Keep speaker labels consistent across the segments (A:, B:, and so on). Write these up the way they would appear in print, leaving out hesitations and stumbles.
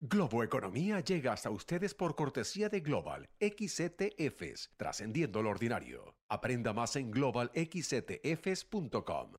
A: Globo Economía llega hasta ustedes por cortesía de Global XETFs, trascendiendo lo ordinario. Aprenda más en globalxetfs.com.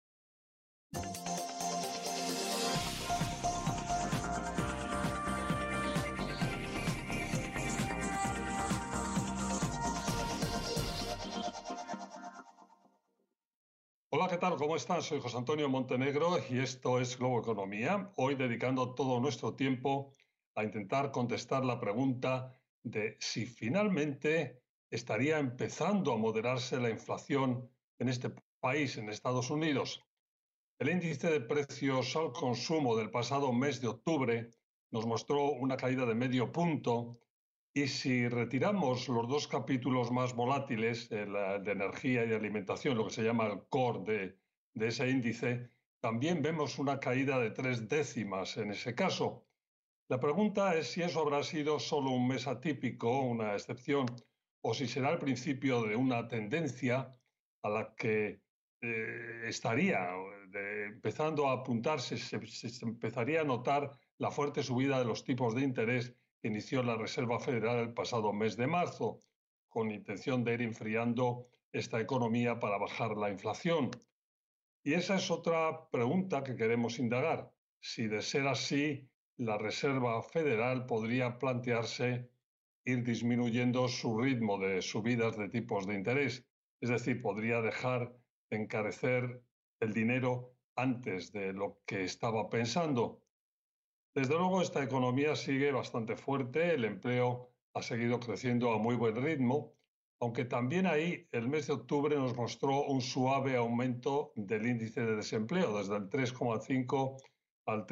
B: Hola, ¿qué tal? ¿Cómo están? Soy José Antonio Montenegro y esto es Globo Economía. Hoy dedicando todo nuestro tiempo a intentar contestar la pregunta de si finalmente estaría empezando a moderarse la inflación en este país, en Estados Unidos. El índice de precios al consumo del pasado mes de octubre nos mostró una caída de medio punto y si retiramos los dos capítulos más volátiles, de energía y alimentación, lo que se llama el core de ese índice, también vemos una caída de 0,3 en ese caso. La pregunta es si eso habrá sido solo un mes atípico, una excepción, o si será el principio de una tendencia a la que estaría empezando a apuntarse, se empezaría a notar la fuerte subida de los tipos de interés que inició la Reserva Federal el pasado mes de marzo, con intención de ir enfriando esta economía para bajar la inflación. Y esa es otra pregunta que queremos indagar. Si de ser así, la Reserva Federal podría plantearse ir disminuyendo su ritmo de subidas de tipos de interés. Es decir, podría dejar de encarecer el dinero antes de lo que estaba pensando. Desde luego, esta economía sigue bastante fuerte, el empleo ha seguido creciendo a muy buen ritmo, aunque también ahí el mes de octubre nos mostró un suave aumento del índice de desempleo, desde el 3,5 al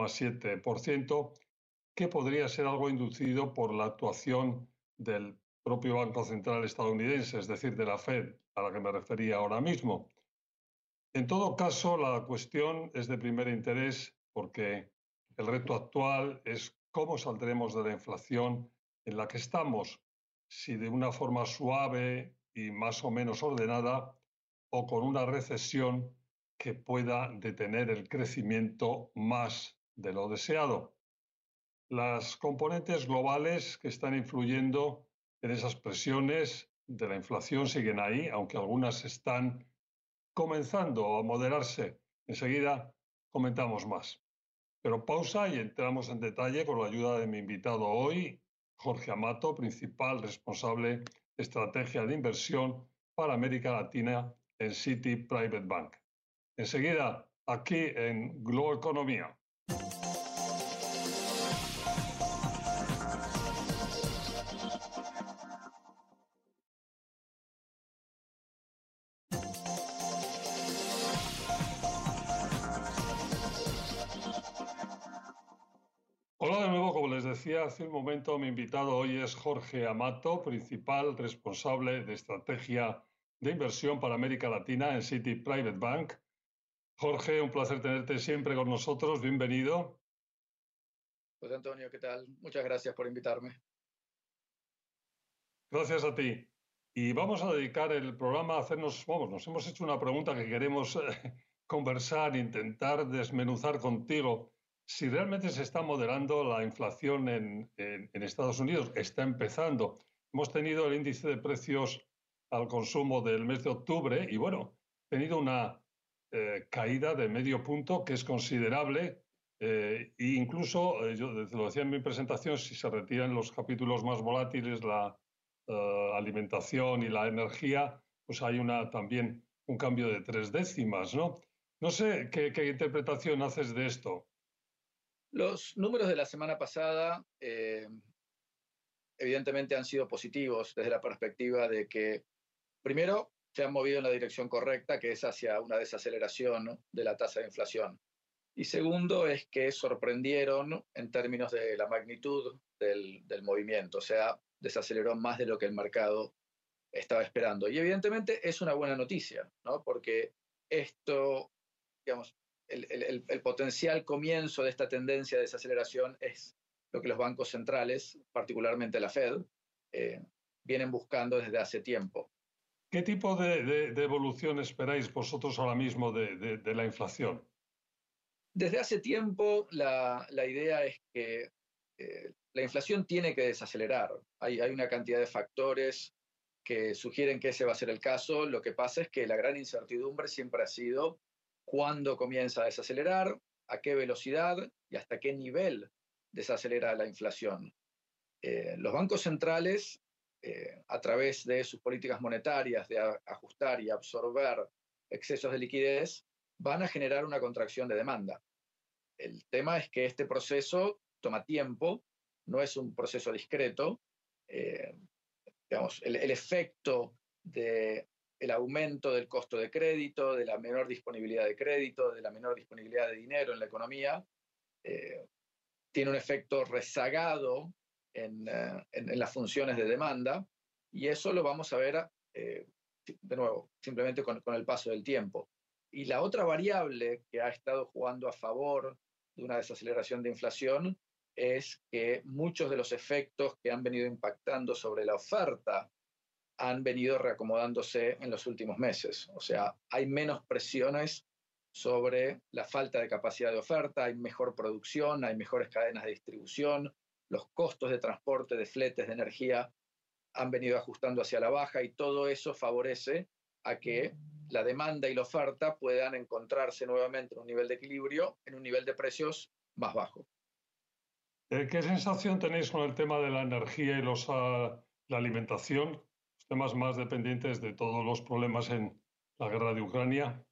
B: 3,7%, que podría ser algo inducido por la actuación del propio Banco Central estadounidense, es decir, de la Fed, a la que me refería ahora mismo. En todo caso, la cuestión es de primer interés porque el reto actual es cómo saldremos de la inflación en la que estamos, si de una forma suave y más o menos ordenada o con una recesión que pueda detener el crecimiento más de lo deseado. Las componentes globales que están influyendo en esas presiones de la inflación siguen ahí, aunque algunas están comenzando a moderarse. Enseguida comentamos más. Pero pausa y entramos en detalle con la ayuda de mi invitado hoy, Jorge Amato, principal responsable de estrategia de inversión para América Latina en Citi Private Bank. Enseguida, aquí en Globo Economía. Hola de nuevo, como les decía hace un momento, mi invitado hoy es Jorge Amato, principal responsable de estrategia de inversión para América Latina en Citi Private Bank. Jorge, un placer tenerte siempre con nosotros, bienvenido.
C: José Antonio, ¿qué tal? Muchas gracias por invitarme.
B: Gracias a ti. Y vamos a dedicar el programa a hacernos, nos hemos hecho una pregunta que queremos conversar, intentar desmenuzar contigo. Si realmente se está moderando la inflación en Estados Unidos, está empezando. Hemos tenido el índice de precios al consumo del mes de octubre y bueno, tenido una caída de medio punto que es considerable. E incluso, yo lo decía en mi presentación, si se retiran los capítulos más volátiles, la alimentación y la energía, pues hay también un cambio de 0,3, ¿no? No sé qué interpretación haces de esto.
C: Los números de la semana pasada evidentemente han sido positivos desde la perspectiva de que, primero, se han movido en la dirección correcta, que es hacia una desaceleración, ¿no?, de la tasa de inflación. Y segundo, es que sorprendieron en términos de la magnitud del movimiento, o sea, desaceleró más de lo que el mercado estaba esperando. Y evidentemente es una buena noticia, ¿no?, porque esto, digamos, el potencial comienzo de esta tendencia de desaceleración es lo que los bancos centrales, particularmente la Fed, eh, vienen buscando desde hace tiempo.
B: ¿Qué tipo de evolución esperáis vosotros ahora mismo de la inflación?
C: Desde hace tiempo la idea es que la inflación tiene que desacelerar. Hay una cantidad de factores que sugieren que ese va a ser el caso. Lo que pasa es que la gran incertidumbre siempre ha sido cuándo comienza a desacelerar, a qué velocidad y hasta qué nivel desacelera la inflación. Los bancos centrales, a través de sus políticas monetarias de ajustar y absorber excesos de liquidez, van a generar una contracción de demanda. El tema es que este proceso toma tiempo, no es un proceso discreto. Digamos, el efecto del aumento del costo de crédito, de la menor disponibilidad de crédito, de la menor disponibilidad de dinero en la economía, tiene un efecto rezagado en las funciones de demanda, y eso lo vamos a ver, de nuevo, simplemente con el paso del tiempo. Y la otra variable que ha estado jugando a favor de una desaceleración de inflación es que muchos de los efectos que han venido impactando sobre la oferta han venido reacomodándose en los últimos meses. O sea, hay menos presiones sobre la falta de capacidad de oferta, hay mejor producción, hay mejores cadenas de distribución, los costos de transporte, de fletes, de energía han venido ajustando hacia la baja, y todo eso favorece a que la demanda y la oferta puedan encontrarse nuevamente en un nivel de equilibrio, en un nivel de precios más bajo.
B: ¿Qué sensación tenéis con el tema de la energía y la alimentación, los temas más dependientes de todos los problemas en la guerra de Ucrania?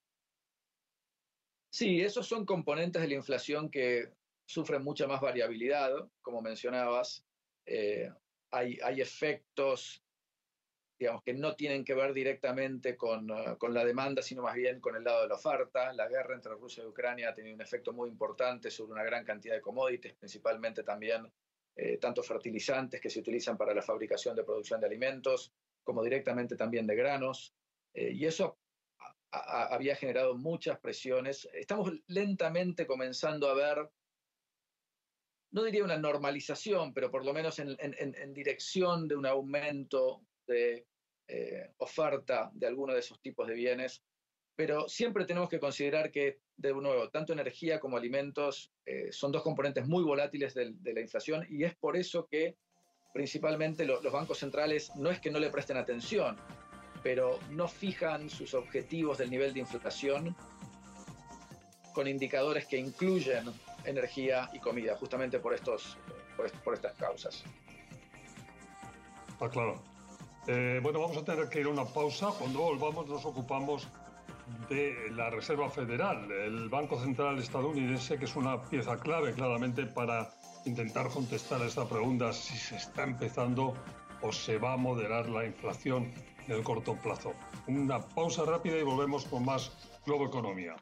C: Sí, esos son componentes de la inflación que sufren mucha más variabilidad, como mencionabas. Hay efectos, digamos, que no tienen que ver directamente con la demanda, sino más bien con el lado de la oferta. La guerra entre Rusia y Ucrania ha tenido un efecto muy importante sobre una gran cantidad de commodities, principalmente también tanto fertilizantes que se utilizan para la fabricación de producción de alimentos, como directamente también de granos. Y eso había generado muchas presiones. Estamos lentamente comenzando a ver, no diría una normalización, pero por lo menos en dirección de un aumento de oferta de algunos de esos tipos de bienes. Pero siempre tenemos que considerar que, de nuevo, tanto energía como alimentos son dos componentes muy volátiles de la inflación, y es por eso que principalmente los bancos centrales no es que no le presten atención, pero no fijan sus objetivos del nivel de inflación con indicadores que incluyen energía y comida, justamente por estas causas.
B: Está claro. Bueno, vamos a tener que ir a una pausa. Cuando volvamos nos ocupamos de la Reserva Federal, el Banco Central estadounidense, que es una pieza clave claramente para intentar contestar a esta pregunta, si se está empezando o se va a moderar la inflación en el corto plazo. Una pausa rápida y volvemos con más Globo Economía.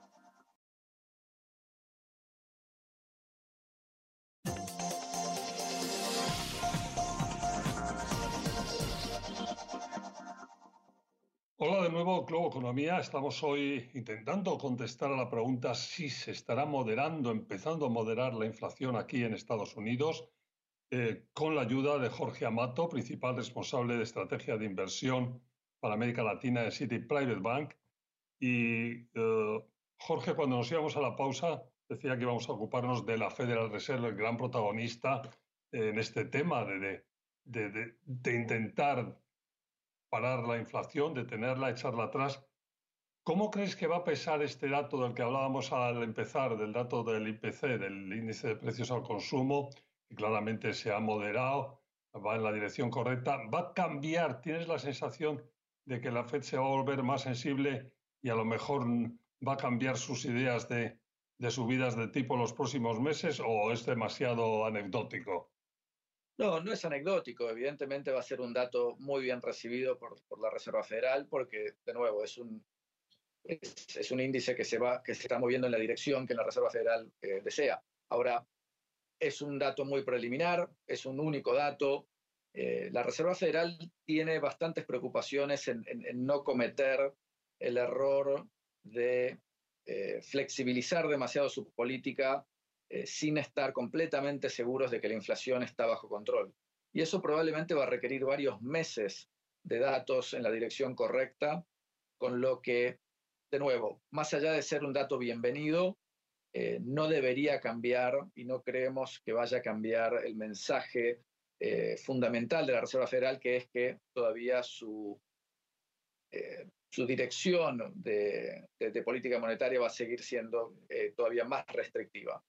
B: Hola de nuevo, Globo Economía. Estamos hoy intentando contestar a la pregunta si se estará empezando a moderar la inflación aquí en Estados Unidos, con la ayuda de Jorge Amato, principal responsable de estrategia de inversión para América Latina de Citi Private Bank. Y Jorge, cuando nos íbamos a la pausa, decía que íbamos a ocuparnos de la Federal Reserve, el gran protagonista en este tema de intentar parar la inflación, detenerla, echarla atrás. ¿Cómo crees que va a pesar este dato del que hablábamos al empezar, del dato del IPC, del índice de precios al consumo, que claramente se ha moderado, va en la dirección correcta? ¿Va a cambiar? ¿Tienes la sensación de que la Fed se va a volver más sensible y a lo mejor va a cambiar sus ideas de subidas de tipo en los próximos meses, o es demasiado anecdótico?
C: No, no es anecdótico. Evidentemente va a ser un dato muy bien recibido por la Reserva Federal, porque, de nuevo, es un índice que se está moviendo en la dirección que la Reserva Federal desea. Ahora, es un dato muy preliminar, es un único dato. La Reserva Federal tiene bastantes preocupaciones en no cometer el error de flexibilizar demasiado su política sin estar completamente seguros de que la inflación está bajo control. Y eso probablemente va a requerir varios meses de datos en la dirección correcta, con lo que, de nuevo, más allá de ser un dato bienvenido, no debería cambiar y no creemos que vaya a cambiar el mensaje fundamental de la Reserva Federal, que es que todavía su dirección de política monetaria va a seguir siendo todavía más restrictiva.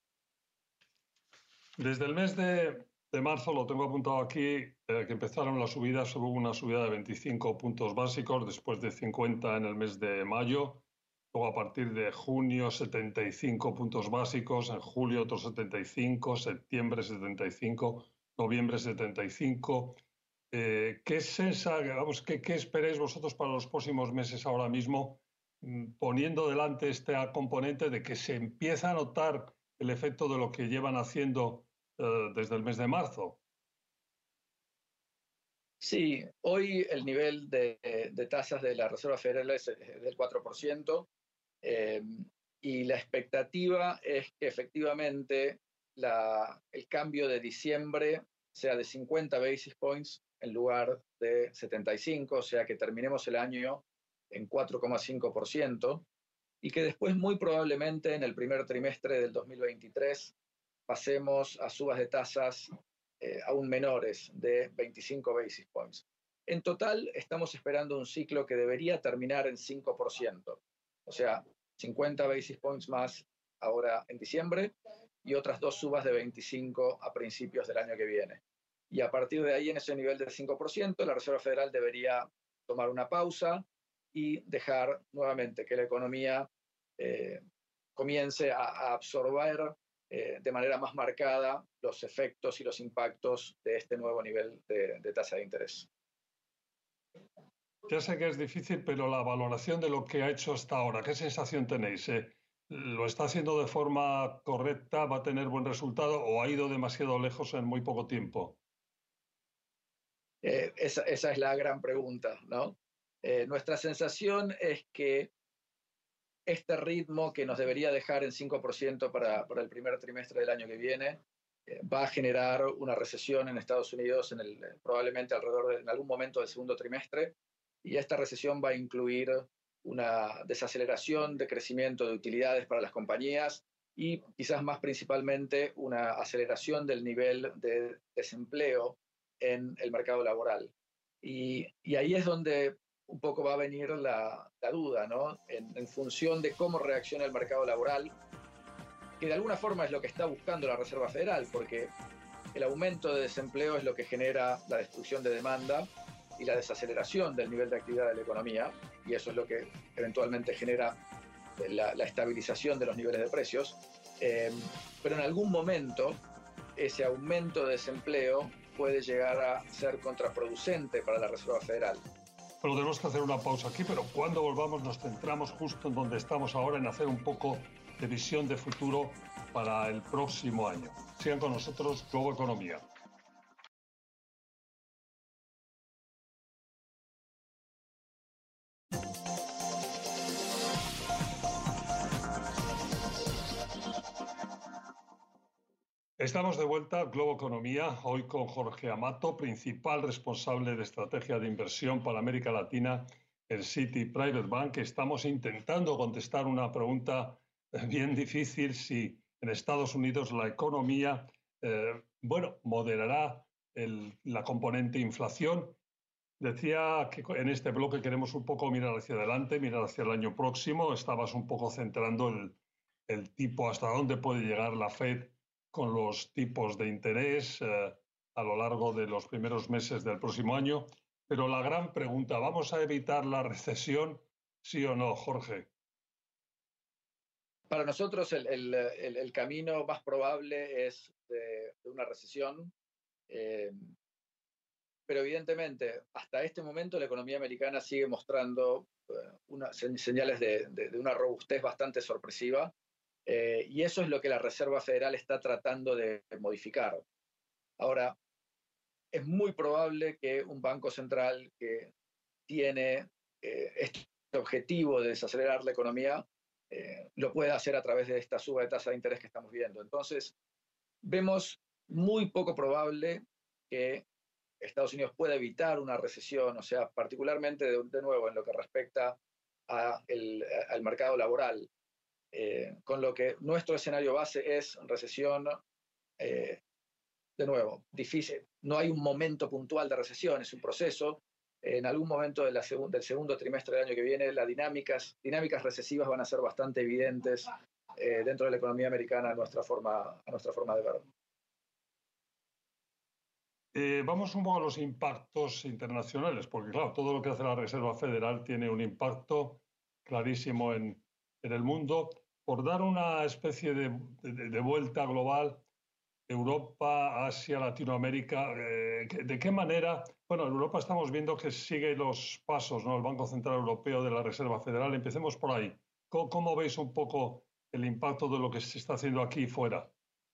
B: Desde el mes de marzo, lo tengo apuntado aquí, que empezaron las subidas, hubo una subida de 25 puntos básicos, después de 50 en el mes de mayo, luego a partir de junio 75 puntos básicos, en julio otros 75, septiembre 75, noviembre 75. ¿Qué esperáis vosotros para los próximos meses ahora mismo, poniendo delante este componente de que se empieza a notar el efecto de lo que llevan haciendo desde el mes de marzo?
C: Sí, hoy el nivel de tasas de la Reserva Federal es del 4%, y la expectativa es que efectivamente el cambio de diciembre sea de 50 basis points en lugar de 75, o sea que terminemos el año en 4,5%, y que después muy probablemente en el primer trimestre del 2023 pasemos a subas de tasas aún menores de 25 basis points. En total, estamos esperando un ciclo que debería terminar en 5%, o sea, 50 basis points más ahora en diciembre y otras 2 subas de 25 a principios del año que viene. Y a partir de ahí, en ese nivel del 5%, la Reserva Federal debería tomar una pausa y dejar nuevamente que la economía comience a absorber de manera más marcada los efectos y los impactos de este nuevo nivel de tasa de interés.
B: Ya sé que es difícil, pero la valoración de lo que ha hecho hasta ahora, ¿qué sensación tenéis? ¿Lo está haciendo de forma correcta? ¿Va a tener buen resultado o ha ido demasiado lejos en muy poco tiempo?
C: Esa es la gran pregunta, ¿no? Nuestra sensación es que este ritmo que nos debería dejar en 5% para el primer trimestre del año que viene va a generar una recesión en Estados Unidos probablemente en algún momento del segundo trimestre, y esta recesión va a incluir una desaceleración de crecimiento de utilidades para las compañías y quizás más principalmente una aceleración del nivel de desempleo en el mercado laboral. Y ahí es donde un poco va a venir la duda, ¿no? En función de cómo reacciona el mercado laboral, que de alguna forma es lo que está buscando la Reserva Federal, porque el aumento de desempleo es lo que genera la destrucción de demanda y la desaceleración del nivel de actividad de la economía, y eso es lo que eventualmente genera la estabilización de los niveles de precios. Pero en algún momento ese aumento de desempleo puede llegar a ser contraproducente para la Reserva Federal.
B: Pero tenemos que hacer una pausa aquí, pero cuando volvamos nos centramos justo en donde estamos ahora, en hacer un poco de visión de futuro para el próximo año. Sigan con nosotros, Globo Economía. Estamos de vuelta, Globo Economía, hoy con Jorge Amato, principal responsable de estrategia de inversión para América Latina en Citi Private Bank. Estamos intentando contestar una pregunta bien difícil: si en Estados Unidos la economía, moderará la componente inflación. Decía que en este bloque queremos un poco mirar hacia adelante, mirar hacia el año próximo. Estabas un poco centrando el tipo, hasta dónde puede llegar la Fed con los tipos de interés a lo largo de los primeros meses del próximo año. Pero la gran pregunta, ¿vamos a evitar la recesión, sí o no, Jorge?
C: Para nosotros el camino más probable es de una recesión, pero evidentemente hasta este momento la economía americana sigue mostrando señales de una robustez bastante sorpresiva. Y eso es lo que la Reserva Federal está tratando de modificar. Ahora, es muy probable que un banco central que tiene este objetivo de desacelerar la economía lo pueda hacer a través de esta suba de tasa de interés que estamos viendo. Entonces, vemos muy poco probable que Estados Unidos pueda evitar una recesión, o sea, particularmente de nuevo en lo que respecta al mercado laboral. con lo que nuestro escenario base es recesión, de nuevo, difícil. No hay un momento puntual de recesión, es un proceso. En algún momento del segundo trimestre del año que viene, las dinámicas recesivas van a ser bastante evidentes dentro de la economía americana a nuestra forma de ver.
B: Vamos un poco a los impactos internacionales, porque claro, todo lo que hace la Reserva Federal tiene un impacto clarísimo en el mundo. Por dar una especie de vuelta global, Europa, Asia, Latinoamérica, ¿de qué manera? Bueno, en Europa estamos viendo que sigue los pasos, ¿no? El Banco Central Europeo de la Reserva Federal. Empecemos por ahí. ¿Cómo veis un poco el impacto de lo que se está haciendo aquí y fuera?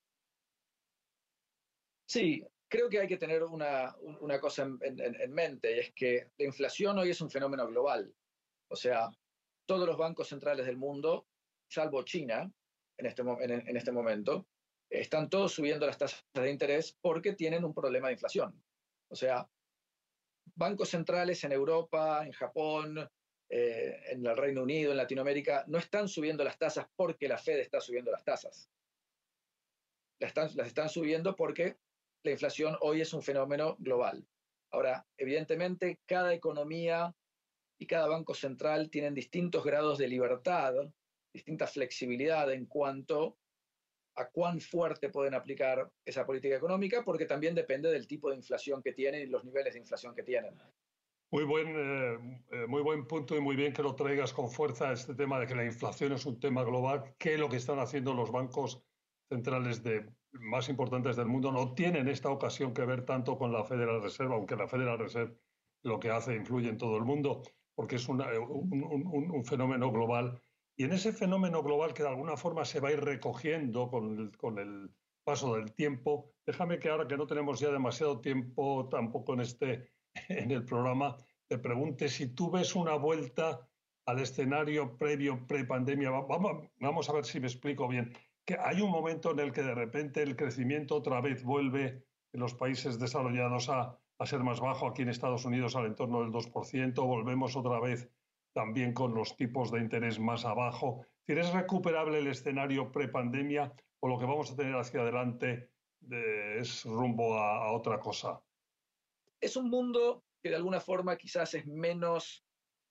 C: Sí, creo que hay que tener una cosa en mente, y es que la inflación hoy es un fenómeno global. O sea, todos los bancos centrales del mundo, salvo China en este momento, están todos subiendo las tasas de interés porque tienen un problema de inflación. O sea, bancos centrales en Europa, en Japón, en el Reino Unido, en Latinoamérica, no están subiendo las tasas porque la Fed está subiendo las tasas. Las están subiendo porque la inflación hoy es un fenómeno global. Ahora, evidentemente, cada economía y cada banco central tienen distintos grados de libertad, distinta flexibilidad en cuanto a cuán fuerte pueden aplicar esa política económica, porque también depende del tipo de inflación que tienen y los niveles de inflación que tienen.
B: Muy buen punto y muy bien que lo traigas con fuerza este tema de que la inflación es un tema global, que lo que están haciendo los bancos centrales más importantes del mundo no tienen esta ocasión que ver tanto con la Federal Reserve, aunque la Federal Reserve lo que hace influye en todo el mundo, porque es un fenómeno global. Y en ese fenómeno global que de alguna forma se va a ir recogiendo con el paso del tiempo, déjame que ahora que no tenemos ya demasiado tiempo tampoco en el programa, te pregunte si tú ves una vuelta al escenario previo, pre-pandemia. Vamos a ver si me explico bien. Que hay un momento en el que de repente el crecimiento otra vez vuelve en los países desarrollados a ser más bajo, aquí en Estados Unidos al entorno del 2%, volvemos otra vez también con los tipos de interés más abajo. ¿Es recuperable el escenario pre-pandemia o lo que vamos a tener hacia adelante es rumbo a otra cosa?
C: Es un mundo que de alguna forma quizás es menos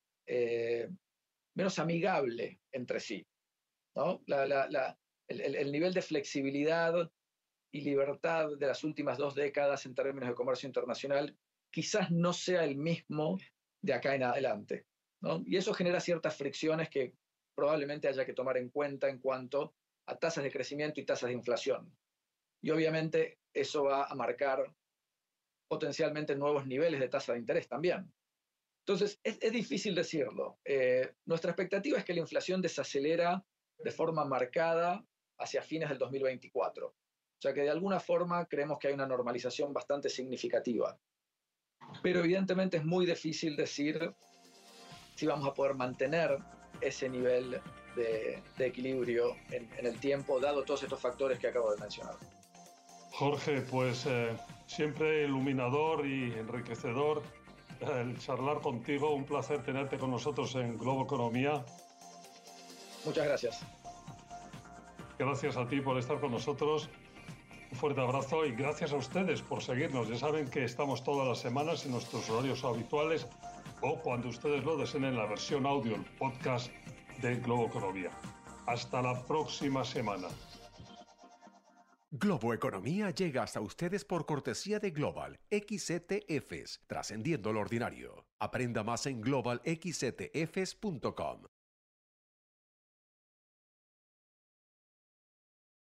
C: amigable entre sí, ¿no? El nivel de flexibilidad y libertad de las últimas 2 décadas en términos de comercio internacional quizás no sea el mismo de acá en adelante, ¿no? Y eso genera ciertas fricciones que probablemente haya que tomar en cuenta en cuanto a tasas de crecimiento y tasas de inflación. Y obviamente eso va a marcar potencialmente nuevos niveles de tasa de interés también. Entonces, es difícil decirlo. Nuestra expectativa es que la inflación desacelera de forma marcada hacia fines del 2024. O sea que de alguna forma creemos que hay una normalización bastante significativa. Pero evidentemente es muy difícil decir si vamos a poder mantener ese nivel de equilibrio en el tiempo, dado todos estos factores que acabo de mencionar.
B: Jorge, pues siempre iluminador y enriquecedor el charlar contigo. Un placer tenerte con nosotros en Globo Economía.
C: Muchas gracias.
B: Gracias a ti por estar con nosotros. Un fuerte abrazo y gracias a ustedes por seguirnos. Ya saben que estamos todas las semanas en nuestros horarios habituales o cuando ustedes lo deseen en la versión audio, el podcast de Globo Economía. Hasta la próxima semana.
A: Globo Economía llega hasta ustedes por cortesía de Global XETFs, trascendiendo lo ordinario. Aprenda más en globalxetfs.com.